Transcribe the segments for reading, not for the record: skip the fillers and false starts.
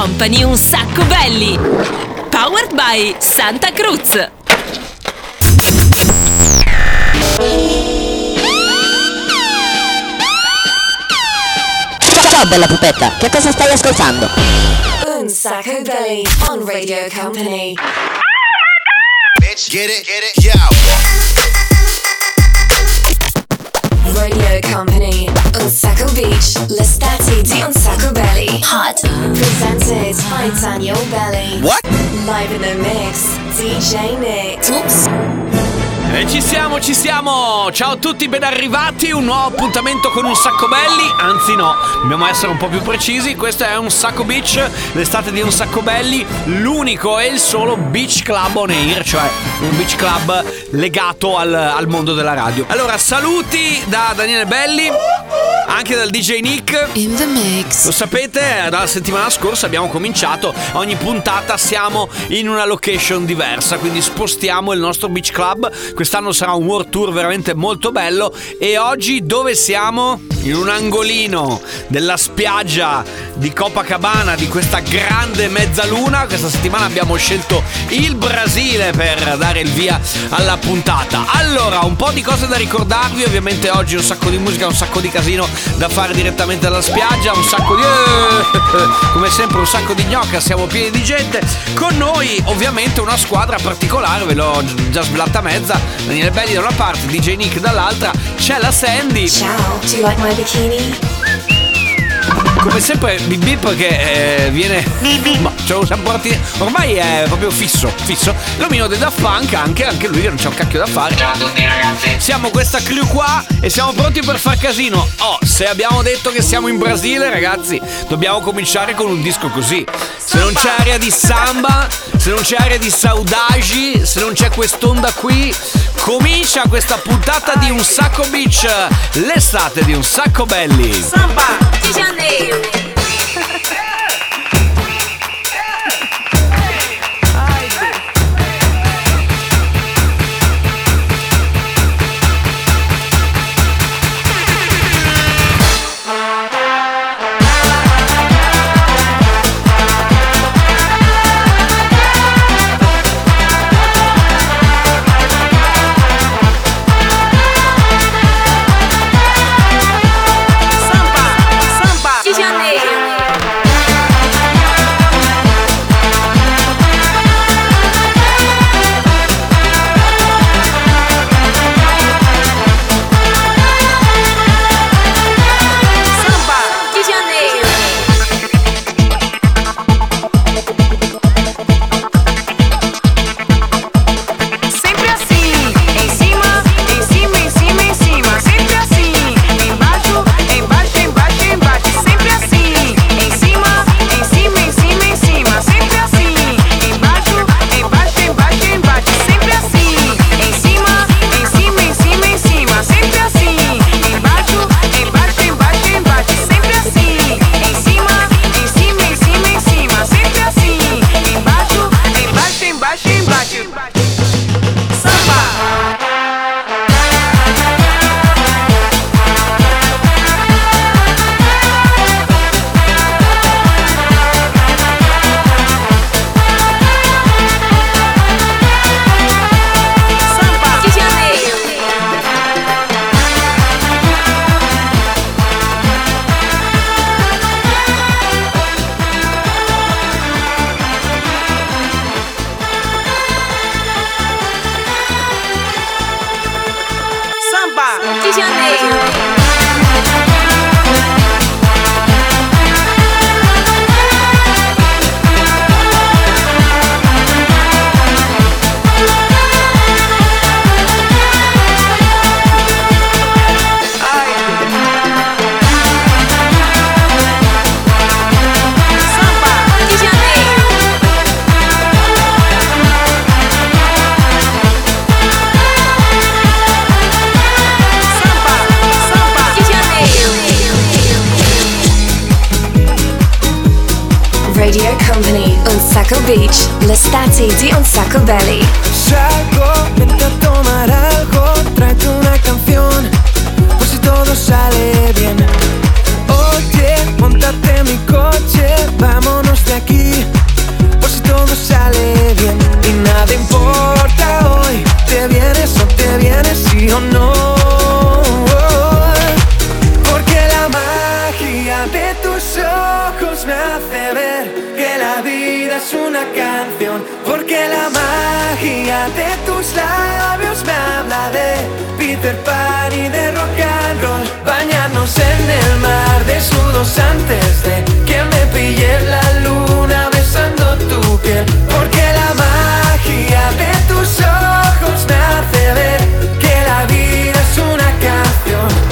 Company un sacco belli. Powered by Santa Cruz. Ciao bella pupetta, che cosa stai ascoltando? Un sacco belli on Radio Company. Bitch, get it, yo. Radio Company, Un Sacco Beach, l'estate di Un Sacco Belly. Hot. Presented by Daniel Belly. What? Live in the mix, DJ Nick. Oops. E ci siamo! Ciao a tutti, ben arrivati. Un nuovo appuntamento con Un Sacco Belli. Anzi no, dobbiamo essere un po' più precisi. Questo è Un Sacco Beach, l'estate di Un Sacco Belli. L'unico e il solo beach club on air, cioè un beach club legato al mondo della radio. Allora, saluti da Daniele Belli, anche dal DJ Nick. In the mix. Lo sapete, dalla settimana scorsa abbiamo cominciato. Ogni puntata siamo in una location diversa, quindi spostiamo il nostro beach club. Quest'anno sarà un world tour veramente molto bello. E oggi dove siamo? In un angolino della spiaggia di Copacabana, di questa grande mezzaluna. Questa settimana abbiamo scelto il Brasile per dare il via alla puntata. Allora, un po' di cose da ricordarvi. Ovviamente oggi un sacco di musica, un sacco di casino da fare direttamente dalla spiaggia, un sacco di come sempre un sacco di gnocca, siamo pieni di gente. Con noi ovviamente una squadra particolare, ve l'ho già svelata mezza. Daniele Belli da una parte, DJ Nick dall'altra, c'è la Sandy. Ciao, do you like my bikini? Come sempre bip bip che viene. Ma c'è un sapporti. Ormai è proprio fisso. L'omino dei Daft Punk, anche lui che non c'ha un cacchio da fare. Ciao a tutti ragazzi. Siamo questa crew qua e siamo pronti per far casino. Se abbiamo detto che siamo in Brasile, ragazzi, dobbiamo cominciare con un disco così. Se non c'è aria di samba, se non c'è aria di saudade, se non c'è quest'onda qui, comincia questa puntata di Un Sacco Beach, l'estate di Un Sacco Belli. Samba de Janeiro. de Janeiro. Radio Company, Un Sacco Beach, l'estate di Un Sacco Belly. Salgo, vente a tomar algo, tráete una canción, por si todo sale bien. Oye, montate en mi coche, vámonos de aquí. de tus ojos me hace ver que la vida es una canción, porque la magia de tus labios me habla de Peter Pan y de rock and roll. Bañarnos en el mar desnudos antes de que me pille la luna besando tu piel, porque la magia de tus ojos me hace ver que la vida es una canción.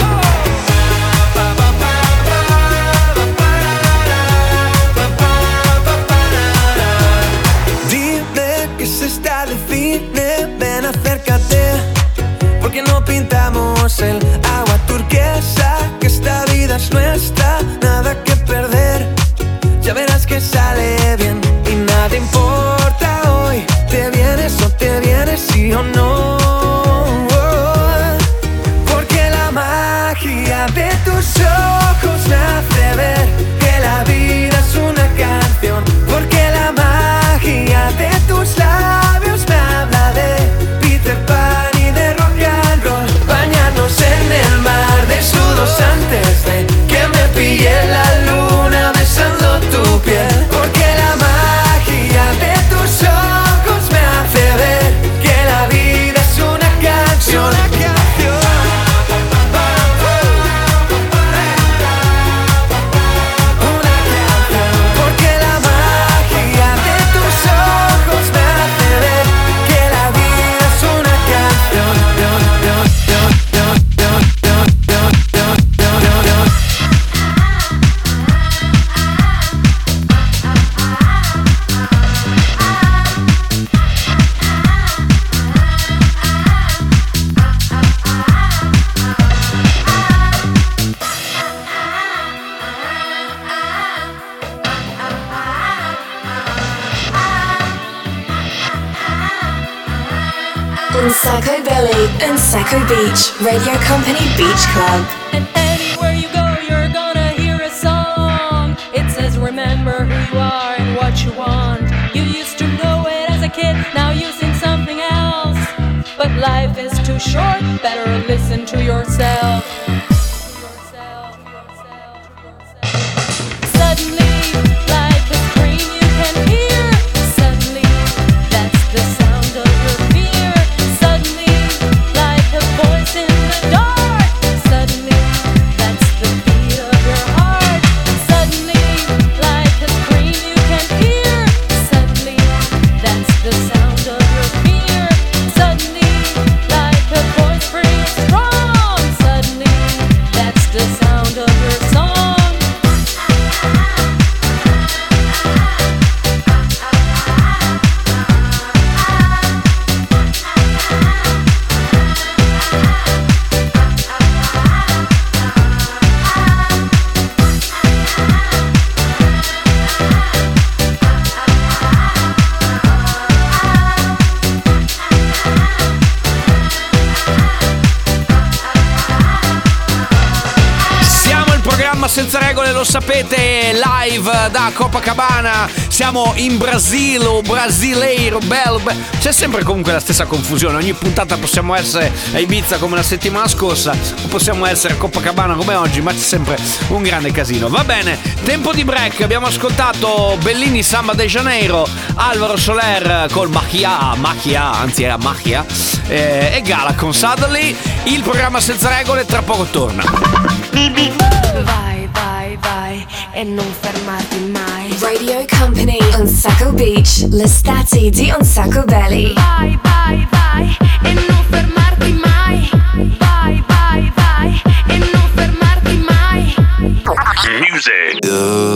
Está de cine, ven acércate, porque no pintamos el agua turquesa, que esta vida es nuestra, nada que perder, ya verás que sale bien y nada importa hoy, te vienes o te vienes, sí o no, porque la magia de tus ojos me hace ver que la vida es una canción, porque la magia de tus labios me habla de Peter Pan y de rock and roll. Bañarnos en el mar desnudos antes de que me pille la luna besando tu piel, porque la magia de tus ojos me hace ver que la vida es una canción. Una canción. Unsaco Belly, Unsaco Beach, Radio Company Beach Club. And anywhere you go, you're gonna hear a song. It says remember who you are and what you want. You used to know it as a kid, now you sing something else. But life is too short, better listen to yourself. Suddenly, like a scream you can hear. Suddenly, that's the sound of your fear. Suddenly, like a voice in the dark. Suddenly, that's the beat of your heart. Suddenly, like a scream you can hear. Suddenly, that's the sound of your fear. Suddenly, like a voice real strong. Suddenly, that's the sound of your song. Senza regole, lo sapete, live da Copacabana. Siamo in Brasile o brasileiro, c'è sempre comunque la stessa confusione. Ogni puntata possiamo essere a Ibiza come la settimana scorsa o possiamo essere a Copacabana come oggi, ma c'è sempre un grande casino. Va bene, tempo di break. Abbiamo ascoltato Bellini, Samba de Janeiro, Alvaro Soler col Machia, anzi era Machia, e Gala con Suddenly. Il programma Senza regole tra poco torna. Vai, vai, vai e non fermarti mai. Radio Company, Unsaco Beach, l'estate di Unsaco Belly. Vai, vai, vai e non fermarti mai. Vai, vai, vai e non fermarti mai. Music.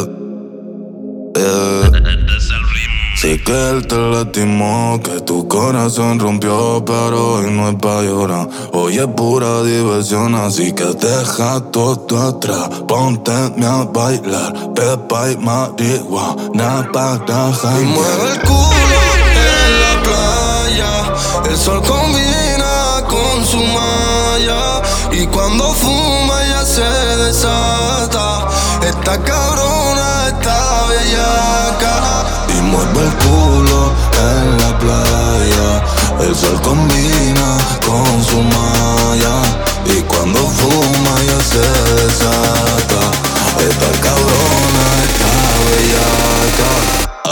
Sé que él te lastimó, que tu corazón rompió, pero hoy no es pa' llorar. Hoy es pura diversión, así que deja todo atrás. Ponte a bailar, pepa y marihuana para janguear. Y mueve el culo en la playa, el sol combina con su malla. Y cuando fuma ya se desata, esta cabrona está bellaca. Y mueve el culo en la playa, el sol combina con su malla. Y cuando fuma ya se desata, esta cabrona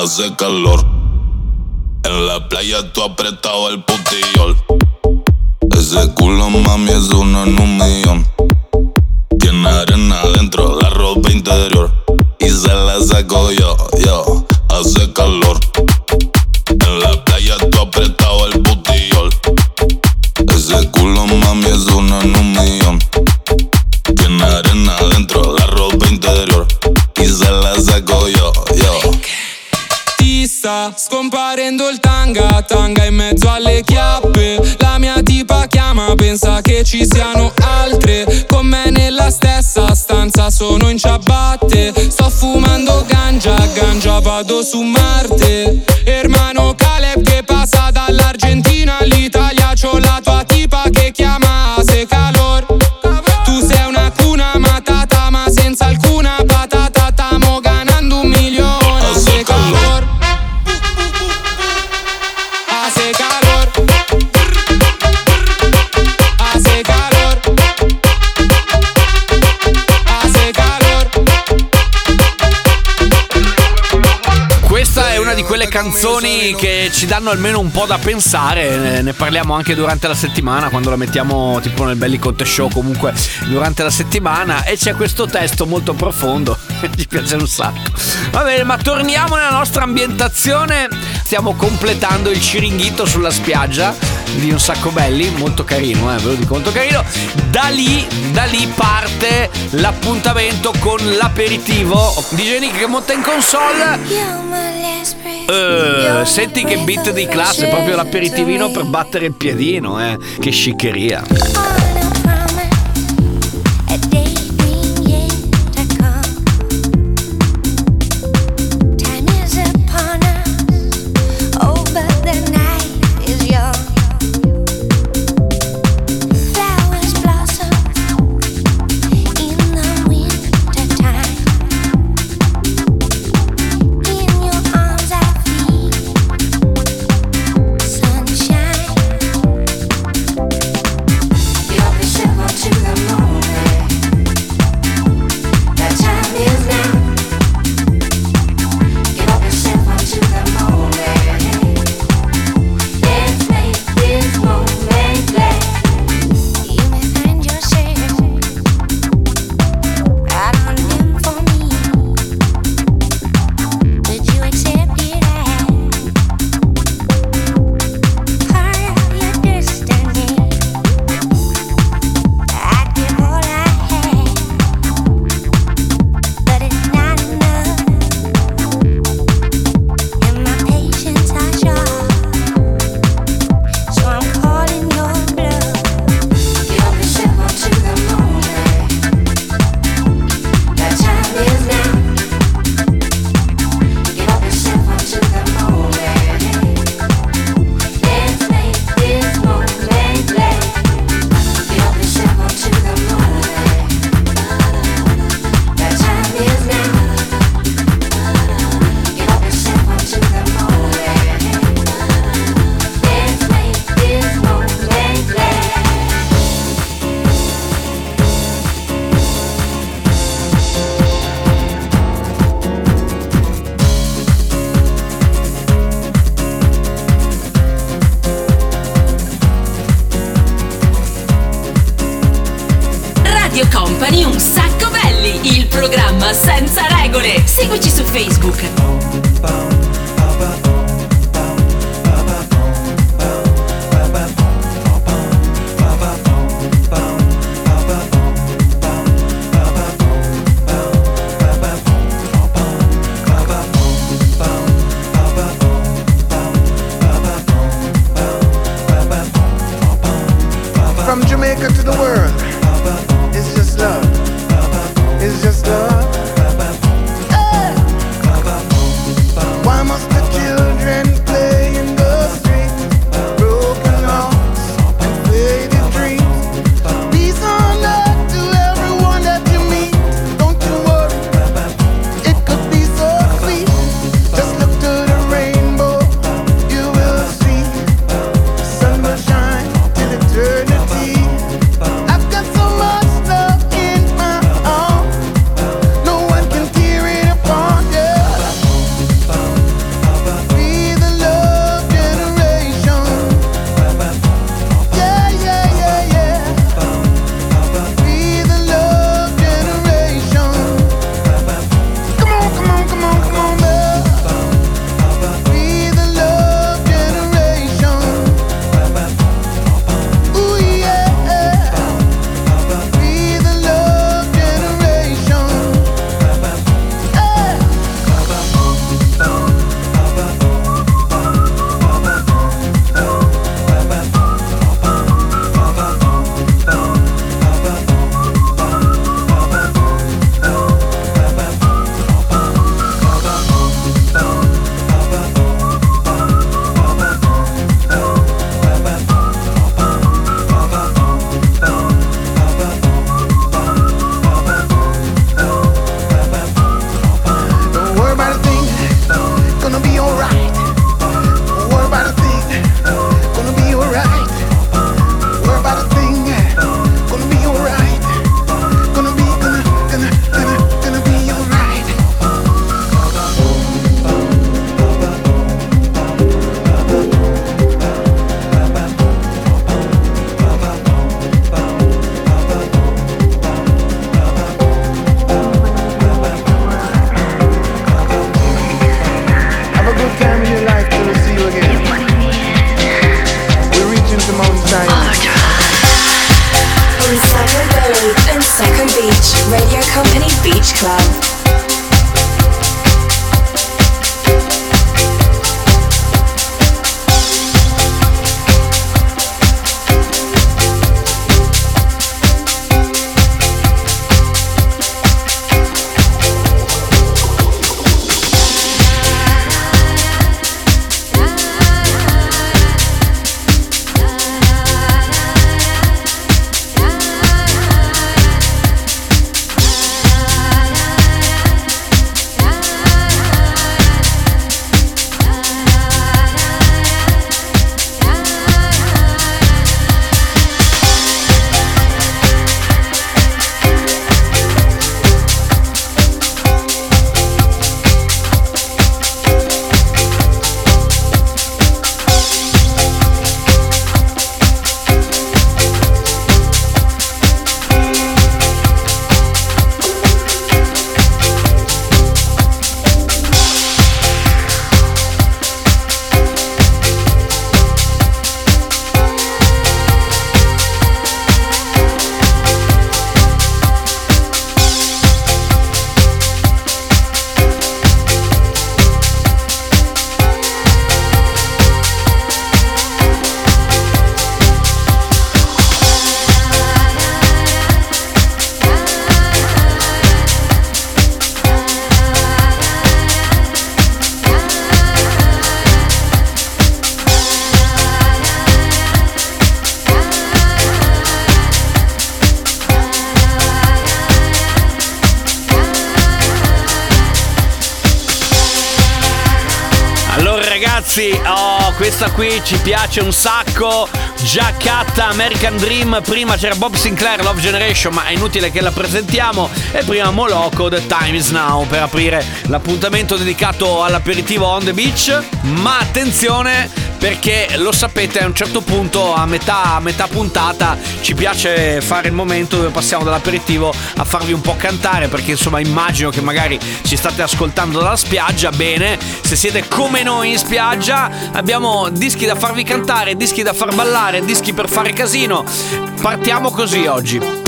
hace calor. En la playa tú apretado el putillol. Ese culo, mami, es uno en un millón. Tiene arena adentro, la ropa interior. Y se la saco yo, hace calor. En la playa tú apretado el putillol. Ese culo, mami, es uno en un millón. Tiene arena adentro, la ropa interior. Y se la saco yo. Ti sta scomparendo il tanga, tanga in mezzo alle chiappe. La mia tipa chiama, pensa che ci siano altre con me nella stessa stanza, sono in ciabatte. Sto fumando ganja, ganja vado su Marte. Hermano Caleb che passa dall'Argentina all'Italia. C'ho la tua tipa che chiama se calor. Tu sei una cuna matata ma senza alcuna patata. Stamo ganando 1 milione. Hace calor. Hace calor. Hace calor. Hace calor. Questa è una di quelle canzoni che ci danno almeno un po' da pensare. Ne parliamo anche durante la settimana, quando la mettiamo tipo nel Belli Conte Show, comunque durante la settimana. E c'è questo testo molto profondo che ci piace un sacco. Va bene, ma torniamo nella nostra ambientazione. Stiamo completando il Ciringhito sulla spiaggia di Un Sacco Belli, molto carino, ve lo dico, molto carino. Da lì parte l'appuntamento con l'aperitivo. DJ Nick che monta in console. Senti che beat di classe, proprio l'aperitivino per battere il piedino, che sciccheria. Company Un Sacco Belli, il programma senza regole. Seguici su Facebook. From Jamaica to the world, it's just love. It's just love. ragazzi, oh, questa qui ci piace un sacco. Giaccatta, American Dream. Prima c'era Bob Sinclair, Love Generation, ma è inutile che la presentiamo. E prima Moloko, The Time Is Now, per aprire l'appuntamento dedicato all'aperitivo on the beach. Ma attenzione, perché lo sapete, a un certo punto, a metà puntata, ci piace fare il momento dove passiamo dall'aperitivo a farvi un po' cantare, perché insomma immagino che magari ci state ascoltando dalla spiaggia. Bene, se siete come noi in spiaggia, abbiamo dischi da farvi cantare, dischi da far ballare, dischi per fare casino. Partiamo così oggi.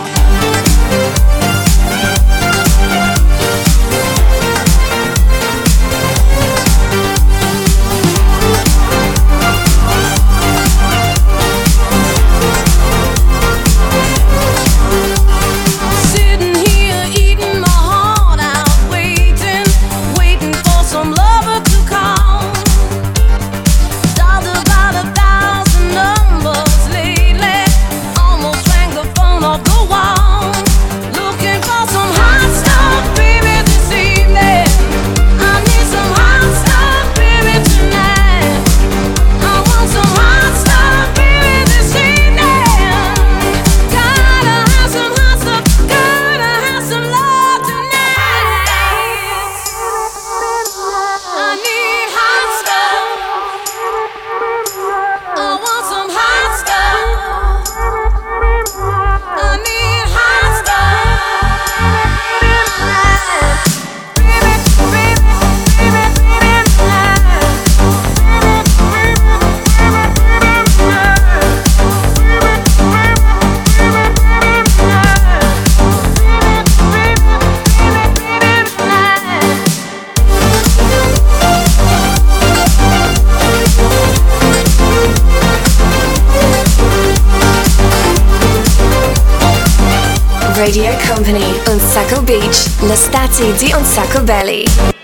Radio Company, Un Sacco Beach, l'estate di Un Sacco Belly.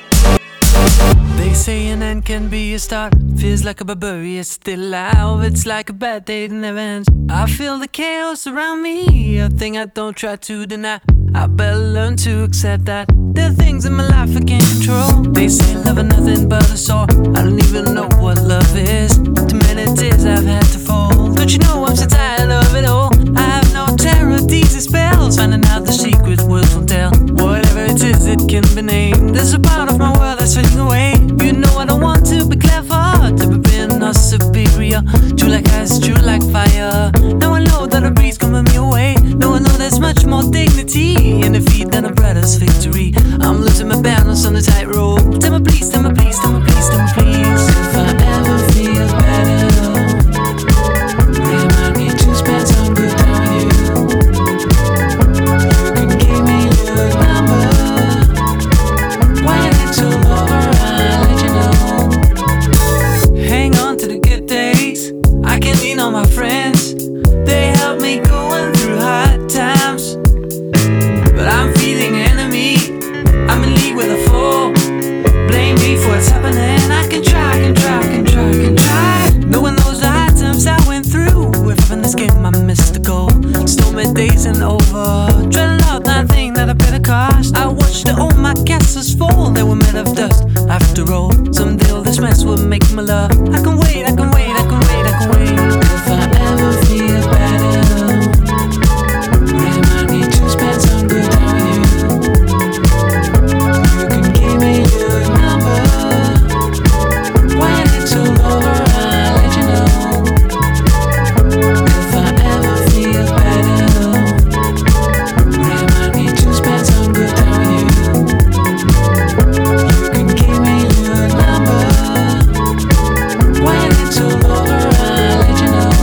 They say an end can be a start. Feels like a barbarian still alive. It's like a bad day that never ends. I feel the chaos around me, a thing I don't try to deny. I better learn to accept that there are things in my life I can't control. They say love is nothing but a sore. I don't even know what love is. Too many tears I've had to fold. Don't you know I'm so tired of it all? I have no terror, these are spells. Finding out the secret words won't tell. Whatever it is, it can be named. There's a part of my world that's fading away. You know I don't want to be clever, to be being or superior. True like ice, true like fire. Now I know that a breeze coming me away. Now I know there's much more dignity in defeat than a brother's victory. I'm losing my balance on the tightrope. Tell me please, tell me please, tell me please, tell me please. If I ever feel better, remind me to spend some good time with you. You can give me your number. When it's all over, I'll let you know. Hang on to the good days. I can lean on my friends. They help me going through hard times. But I'm feeling enemy. I'm in league with a foe. Blame me for what's happening. I can try, can try, can try, can try. Knowing those hard times I went through. If I'm in this game, I missed the goal. Stormy days and over. Dreading out that thing that I better cost. I watched all my castles fall. They were made of dust. After all, someday all this mess will make me love. I can wait, I can wait, I can wait, I can wait. If I ever feel better, remind me to spend some good time with you. You can give me your number. When it's all over, I'll let you know. If I ever feel better, remind me to spend some good time with you. You can give me your number. When it's all over, I'll let you know.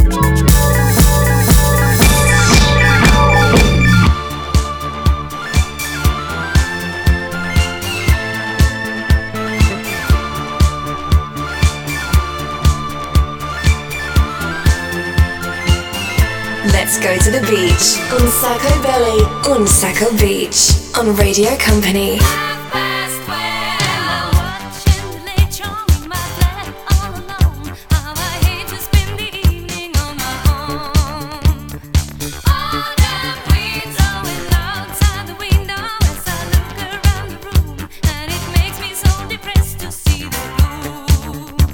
Let's go to the beach. Un Sacco Belly, Un Sacco Beach. On Radio Company. And it makes me so depressed to see the room.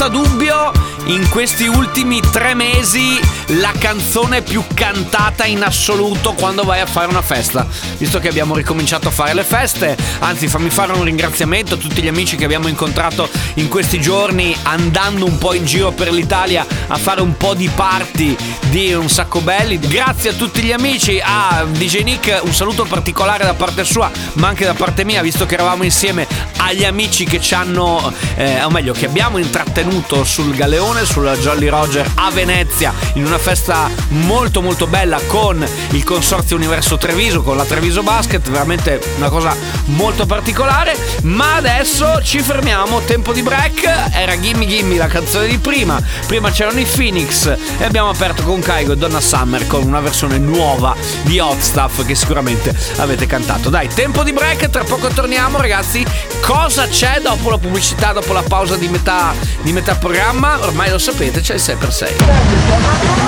senza dubbio in questi ultimi 3 mesi la canzone più cantata in assoluto quando vai a fare una festa, visto che abbiamo ricominciato a fare le feste. Anzi, fammi fare un ringraziamento a tutti gli amici che abbiamo incontrato in questi giorni andando un po' in giro per l'Italia a fare un po' di party di Un Sacco Belli. Grazie a tutti gli amici, a DJ Nick un saluto particolare da parte sua ma anche da parte mia, visto che eravamo insieme, agli amici che ci hanno o meglio che abbiamo intrattenuto sul Galeone, sulla Jolly Roger a Venezia, in una festa molto molto bella con il Consorzio Universo Treviso, con la Treviso Basket, veramente una cosa molto particolare. Ma adesso ci fermiamo, tempo di break. Era Gimme Gimme la canzone di prima c'erano i Phoenix e abbiamo aperto con Kygo e Donna Summer con una versione nuova di Hot Stuff che sicuramente avete cantato. Dai, tempo di break, tra poco torniamo ragazzi. Cosa c'è dopo la pubblicità, dopo la pausa di metà programma? Ormai lo sapete, c'è il 6x6.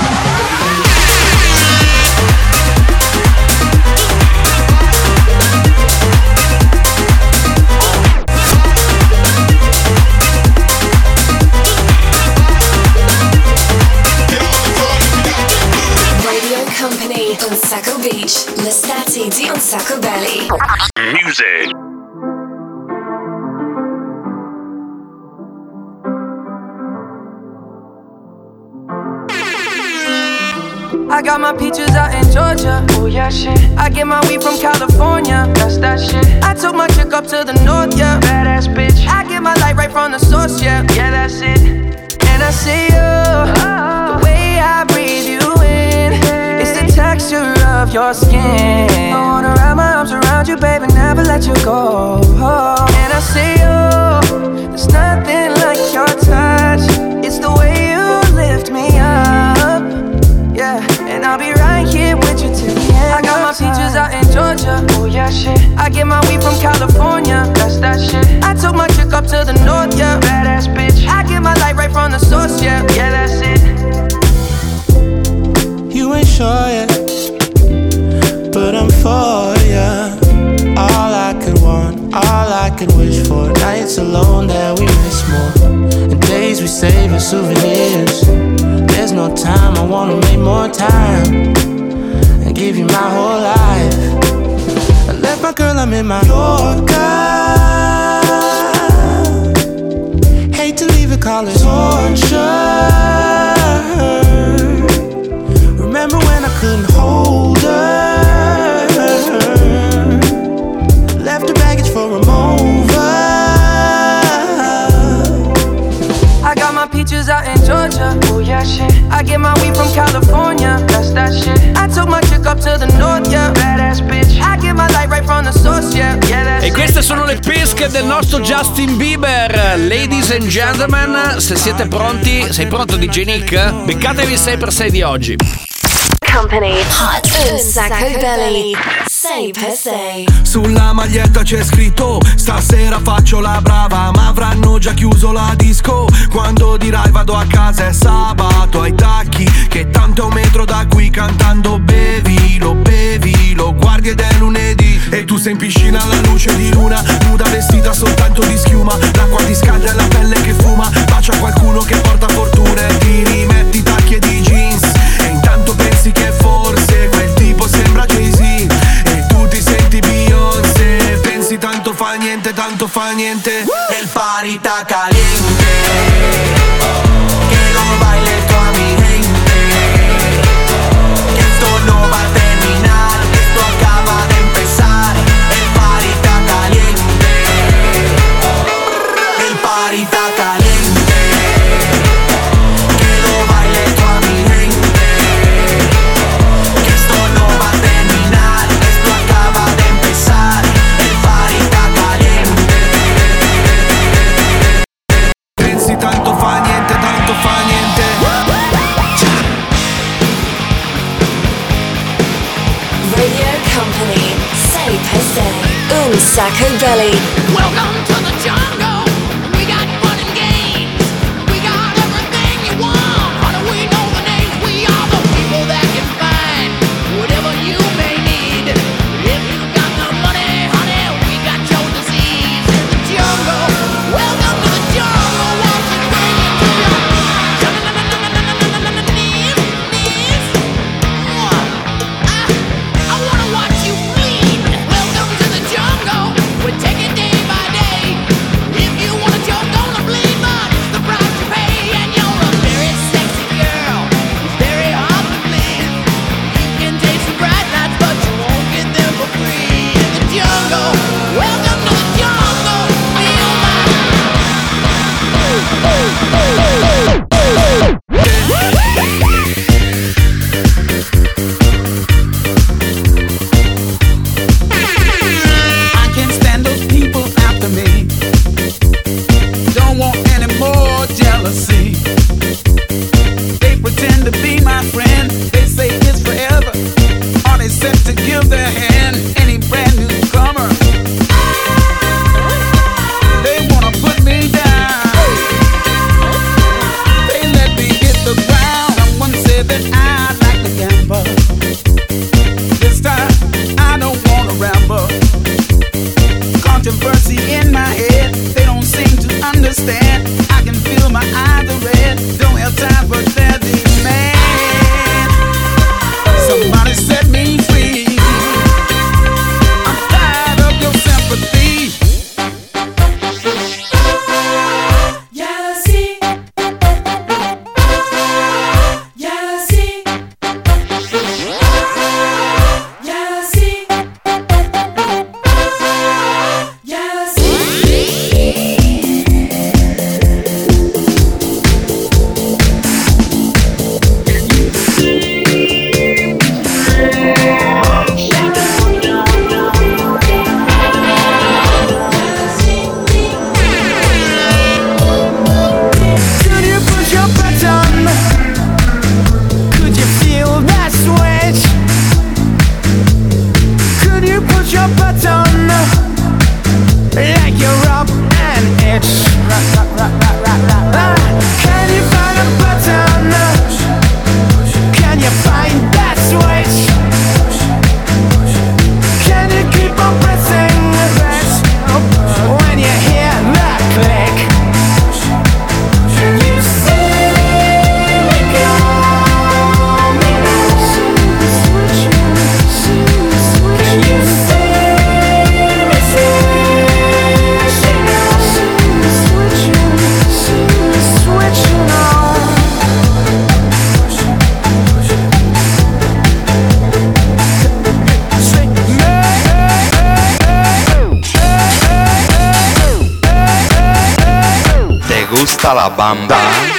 Company on Sacco Beach, l'estate di Un Sacco Belly. Music. I got my peaches out in Georgia. Oh yeah, shit. I get my weed from California. That's that shit. I took my chick up to the north, yeah. Badass bitch. I get my light right from the source, yeah. Yeah, that's it. And I see you, the way I breathe you in. It's the texture of your skin. I wanna wrap my arms around you, baby, never let you go. And I see you, there's nothing like your touch. It's the way you lift me up. Yeah, and I'll be right here with you till the end. I got my peaches out in Georgia. Oh yeah, shit. I get my weed from California. That's that shit. I took my chick up to the north, yeah. Badass bitch. I get my light right from the source, yeah. Yeah, that's it. You ain't sure yet, but I'm for ya. All I could want, all I could wish for. Nights alone that we miss more, and days we save as souvenirs. There's no time, I wanna make more time and give you my whole life. I left my girl, I'm in my Yorker. Hate to leave it, call it torture. Remember when I couldn't hold her? Left her baggage for a mover. I got my peaches out in Georgia. Oh yeah, shit. I get my weed from California. That's that shit. I took my chick up to the north, yeah. Badass bitch. I get my light right from the source, yeah. Yeah, that's E queste sono le pesche del nostro Justin Bieber. Ladies and gentlemen, se siete pronti, sei pronto DJ Nick? Beccatevi il 6x6 di oggi. Company Hot Un Sacco Belly 6x6. Sulla maglietta c'è scritto: stasera faccio la brava, ma avranno già chiuso la disco. Quando dirai vado a casa è sabato, ai tacchi, che tanto è un metro da qui. Cantando bevi, lo guardi ed è lunedì. E tu sei in piscina alla luce di luna, nuda vestita soltanto di schiuma. L'acqua ti scalda e la pelle che fuma. Bacia qualcuno che porta fortuna e ti rimetti tacchi e di jeans. E intanto pensi che forse quel tipo sembra Jay-Z e tu ti senti Beyoncé. Pensi tanto fa niente, tanto fa niente. El party está caliente, que lo baile toda mi gente, que esto no va a terminar, esto acaba de empezar. El party está caliente, el party está caliente, que lo baile toda mi gente, que esto no va a terminar, esto acaba de empezar. El party está caliente. Pensi tanto fa niente, tanto fa niente. Radio Company 6x6 Un Sacco Belly. Welcome to the jungle. We got fun and games. We got everything you want. How do we know the names? We are the people that can find whatever you may need. If you got the money, honey, we got your disease in the jungle. Welcome to the jungle. Won't you bring it to gusta la banda?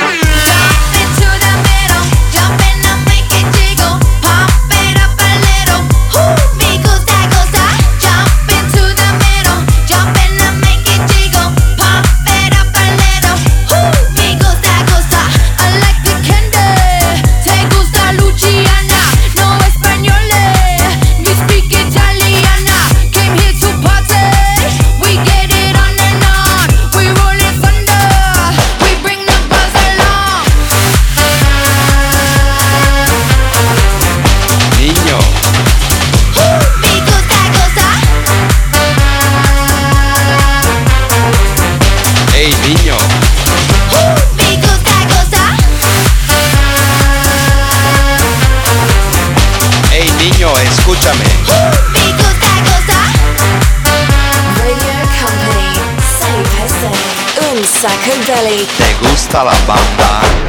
Escúchame. Radio Company, 6 Un Sacco Belly. ¿Te gusta la banda?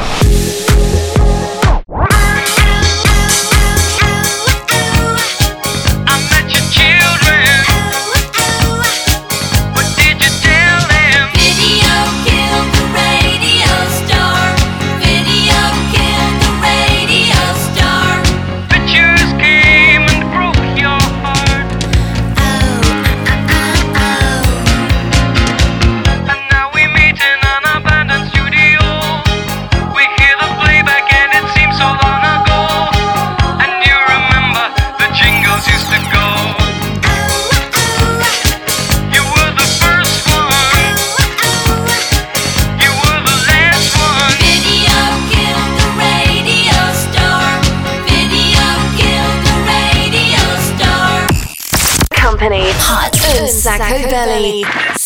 Un Sacco Belly,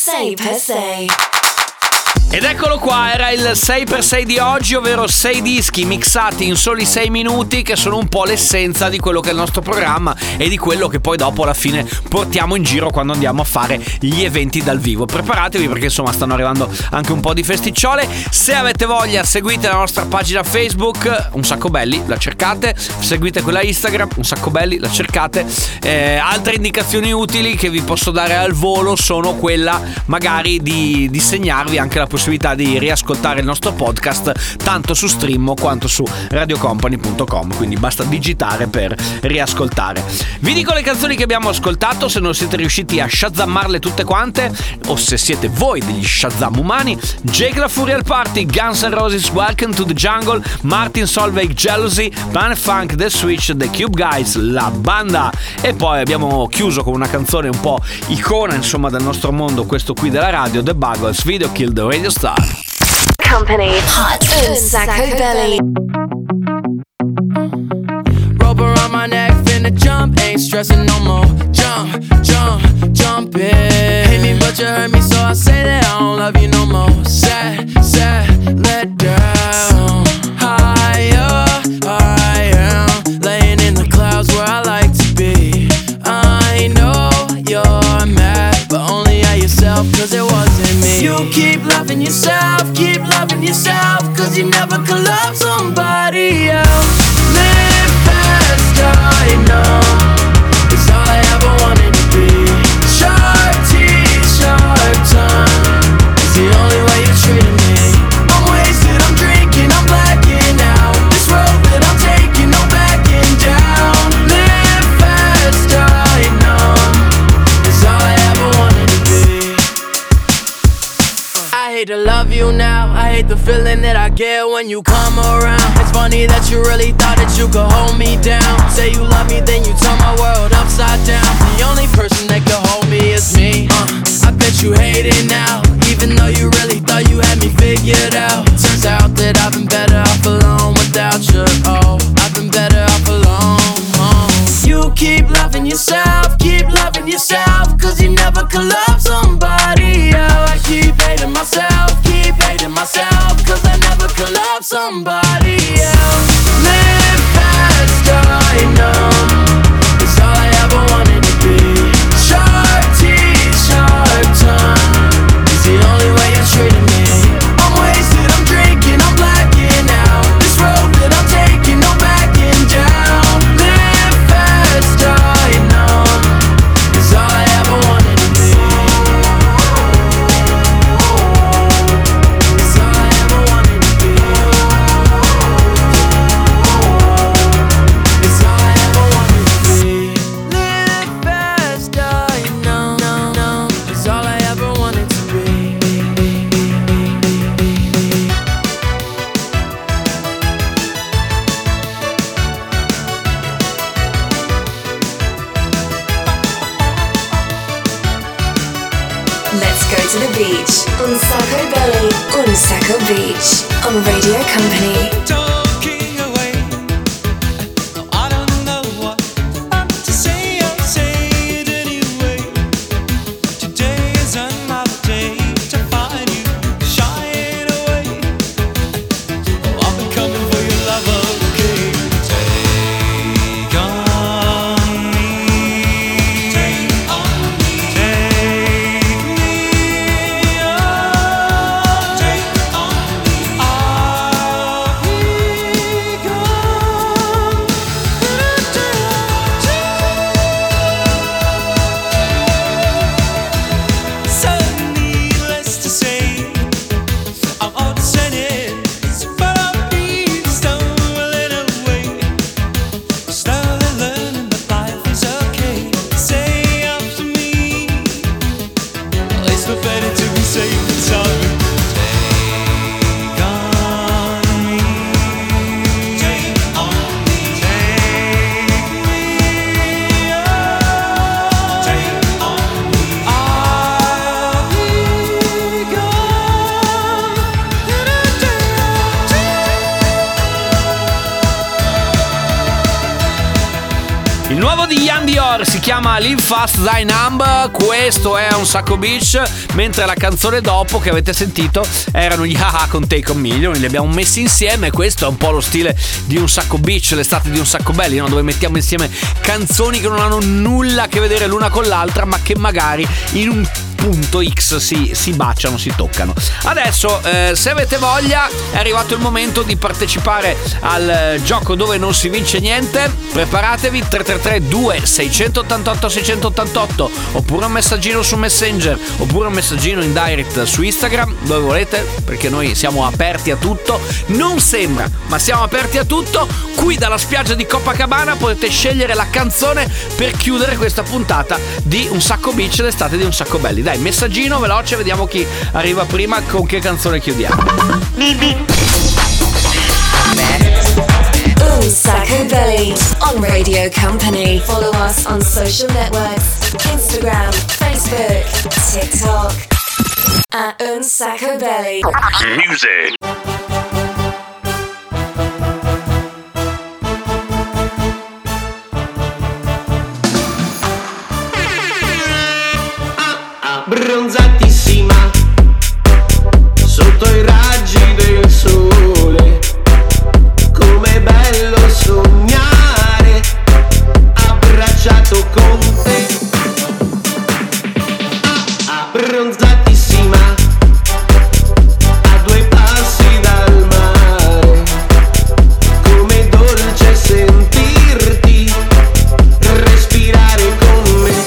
6x6. Ed eccolo qua, era il 6x6 di oggi, ovvero 6 dischi mixati in soli 6 minuti, che sono un po' l'essenza di quello che è il nostro programma e di quello che poi dopo alla fine portiamo in giro quando andiamo a fare gli eventi dal vivo. Preparatevi perché insomma stanno arrivando anche un po' di festicciole. Se avete voglia seguite la nostra pagina Facebook, Un Sacco Belli, la cercate, seguite quella Instagram, Un Sacco Belli, la cercate. Altre indicazioni utili che vi posso dare al volo sono quella magari di segnarvi anche la possibilità di riascoltare il nostro podcast tanto su Stream quanto su radiocompany.com, quindi basta digitare per riascoltare. Vi dico le canzoni che abbiamo ascoltato, se non siete riusciti a shazammarle tutte quante o se siete voi degli shazam umani: Jake La Furia al Party, Guns N' Roses Welcome to the Jungle, Martin Solveig Jealousy, Planet Funk, The Switch, The Cube Guys, La Banda. E poi abbiamo chiuso con una canzone un po' icona insomma del nostro mondo, questo qui della radio, The Buggles, Video Kill the Radio Star. Company, Un Sacco Belly. Rope around my neck, finna jump, ain't stressing no more. Jump, jump, jump it. Hate me but you hurt me, so I say that I don't love you no more. Sad, let down. Higher, I am laying in the clouds where I like to be. I know you're mad, but only at yourself, cause it wasn't me. You keep loving yourself, cause you never could love somebody else. Live fast, I know, it's all I ever wanted to be. Sharp teeth, sharp tongue, it's the only way you treated me. I'm wasted, I'm drinking, I'm blacking out. This road that I'm taking, no backing down. Live fast, I know, it's all I ever wanted to be. I hate to love you now, I hate the feeling that I get when you come around. It's funny that you really thought that you could hold me down. Say you love me, then you turn my world upside down. The only person that could hold me is me. I bet you hate it now, even though you really thought you had me figured out. Turns out that I've been better off alone without you. Oh, I've been better off alone. You keep loving yourself, cause you never could love somebody else. I keep hating myself, cause I never could love somebody else. Live fast, I know, it's all I ever wanted to be. Sharp teeth, sharp tongue, it's the only way you treated me. I'm wasted, I'm drinking, I'm blacking out. This road that I'm taking, no backing down. Live fast, I know, it's all I ever wanted to be. It's all I ever to the beach on Sacco Belly on Sacco Beach on Radio Company. Il nuovo di Ian Dior si chiama Live Fast Thy Number. Questo è un Sacco Beach, mentre la canzone dopo che avete sentito erano gli Haha con Take On Me. Li abbiamo messi insieme. Questo è un po' lo stile di un Sacco Beach, l'estate di un Sacco Belli, no? Dove mettiamo insieme canzoni che non hanno nulla a che vedere l'una con l'altra, ma che magari in un punto X si baciano, si toccano. Adesso se avete voglia è arrivato il momento di partecipare al gioco dove non si vince niente. Preparatevi, 333 2688 688, oppure un messaggino su Messenger, oppure un messaggino in direct su Instagram, dove volete, perché noi siamo aperti a tutto. Non sembra, ma siamo aperti a tutto. Qui dalla spiaggia di Copacabana potete scegliere la canzone per chiudere questa puntata di Un Sacco Beach, l'estate di Un Sacco Belli. Dai, messaggino veloce, vediamo chi arriva prima, con che canzone chiudiamo. Un Sacco Belly on Radio Company. Follow us on social networks, Instagram, Facebook, TikTok at Un Sacco Belly. Music. Bronzatissima sotto i raggi del sole, com'è bello sognare abbracciato con te. Bronzatissima a due passi dal mare, com'è dolce sentirti respirare con me.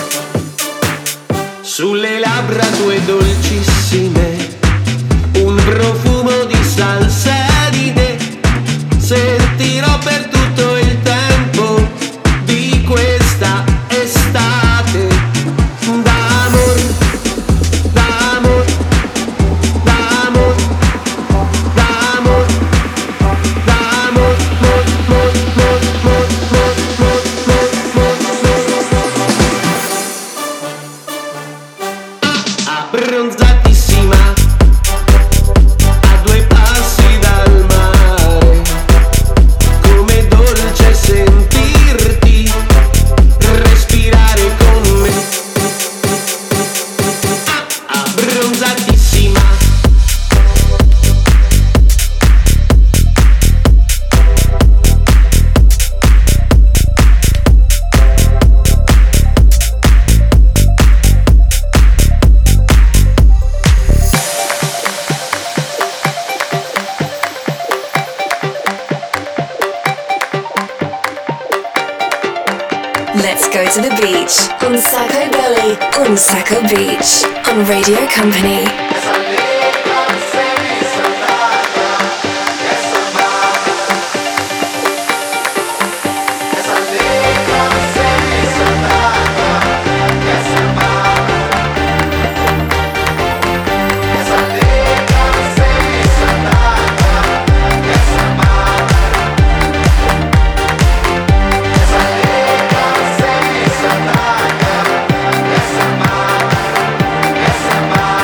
Sulle labbra tue dolcissime, un profumo di salsedine, sentirò per tutto il tempo di questa estate. D'amor, d'amor, d'amor, d'amor, d'amor, bronzatissima a due passi dal mare, com'è dolce sentirti respirare con me. Bronzatissima. Let's go to the beach on Sacco Belly on Sacco Beach on Radio Company. Yes,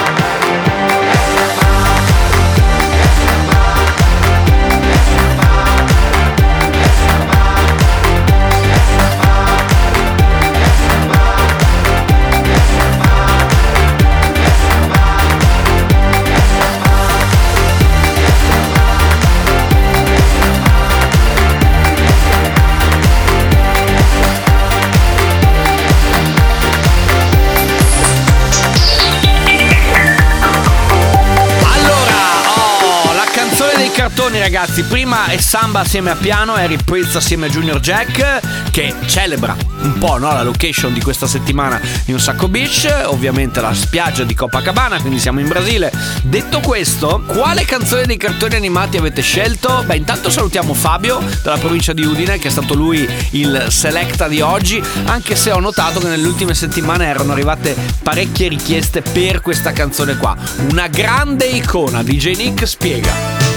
brani, ragazzi. Prima è Samba assieme a Piano, Harry Prinz assieme a Junior Jack, che celebra un po', no, la location di questa settimana di Un Sacco Beach, ovviamente la spiaggia di Copacabana, quindi siamo in Brasile. Detto questo, quale canzone dei cartoni animati avete scelto? Beh, intanto salutiamo Fabio dalla provincia di Udine, che è stato lui il selecta di oggi, anche se ho notato che nelle ultime settimane erano arrivate parecchie richieste per questa canzone qua. Una grande icona, DJ Nick spiega.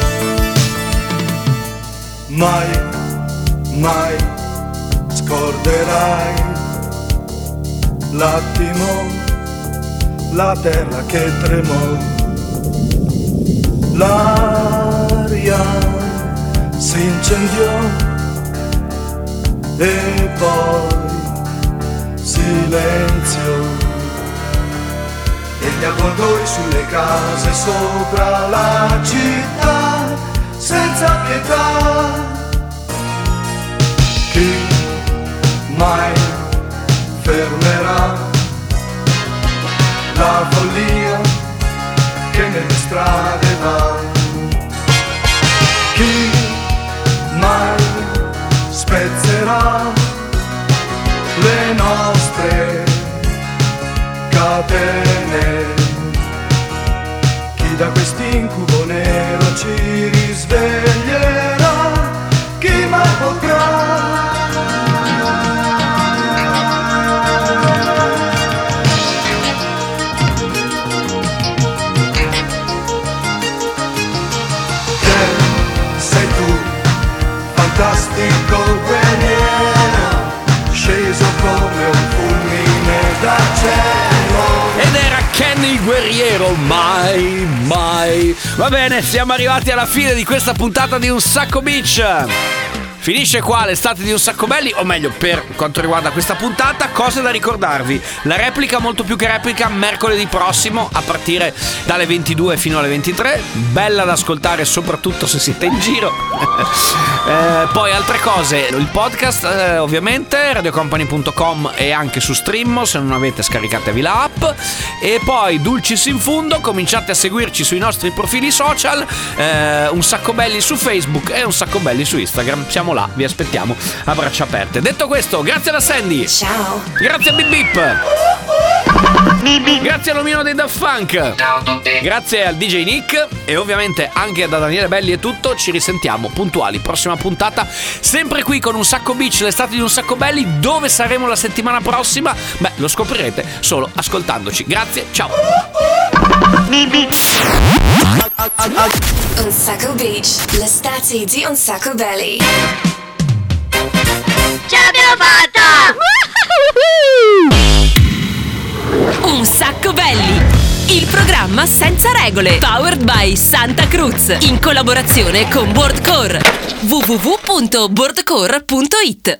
Mai, mai scorderai l'attimo, la terra che tremò, l'aria si incendiò e poi silenzio. E gli avvoltoi sulle case sopra la città, senza pietà. Chi mai fermerà la follia che nelle strade va? Chi mai spezzerà le nostre catene? Chi da quest'incubo nero ci risveglierà? Chi mai potrà? Che sei tu, fantastico guerriero, sceso come un fulmine dal cielo. Ed era Kenny il guerriero, mai, mai. Va bene, siamo arrivati alla fine di questa puntata di Un Sacco Beach. Finisce qua l'estate di Un Sacco Belli, o meglio, per quanto riguarda questa puntata, cose da ricordarvi. La replica, molto più che replica, mercoledì prossimo a partire dalle 22 fino alle 23. Bella da ascoltare, soprattutto se siete in giro. Poi altre cose, il podcast ovviamente, radiocompany.com e anche su Streammo, se non avete scaricatevi la app. E poi Dulcis in Fundo, cominciate a seguirci sui nostri profili social, Un Sacco Belli su Facebook e Un Sacco Belli su Instagram. Siamo là, vi aspettiamo a braccia aperte. Detto questo, grazie alla Sandy. Ciao. Grazie a Bip Bip. Grazie all'omino dei Daft Punk. Grazie al DJ Nick. E ovviamente anche da Daniele Belli è tutto. Ci risentiamo puntuali, prossima puntata, sempre qui con Un Sacco Beach, l'estate di Un Sacco Belli. Dove saremo la settimana prossima? Beh, lo scoprirete solo ascoltandoci. Grazie, ciao. Un Sacco Beach, l'estate di Un Sacco Belli. Ce l'abbiamo fatta! Un Sacco Belli, il programma senza regole, powered by Santa Cruz, in collaborazione con Boardcore. www.boardcore.it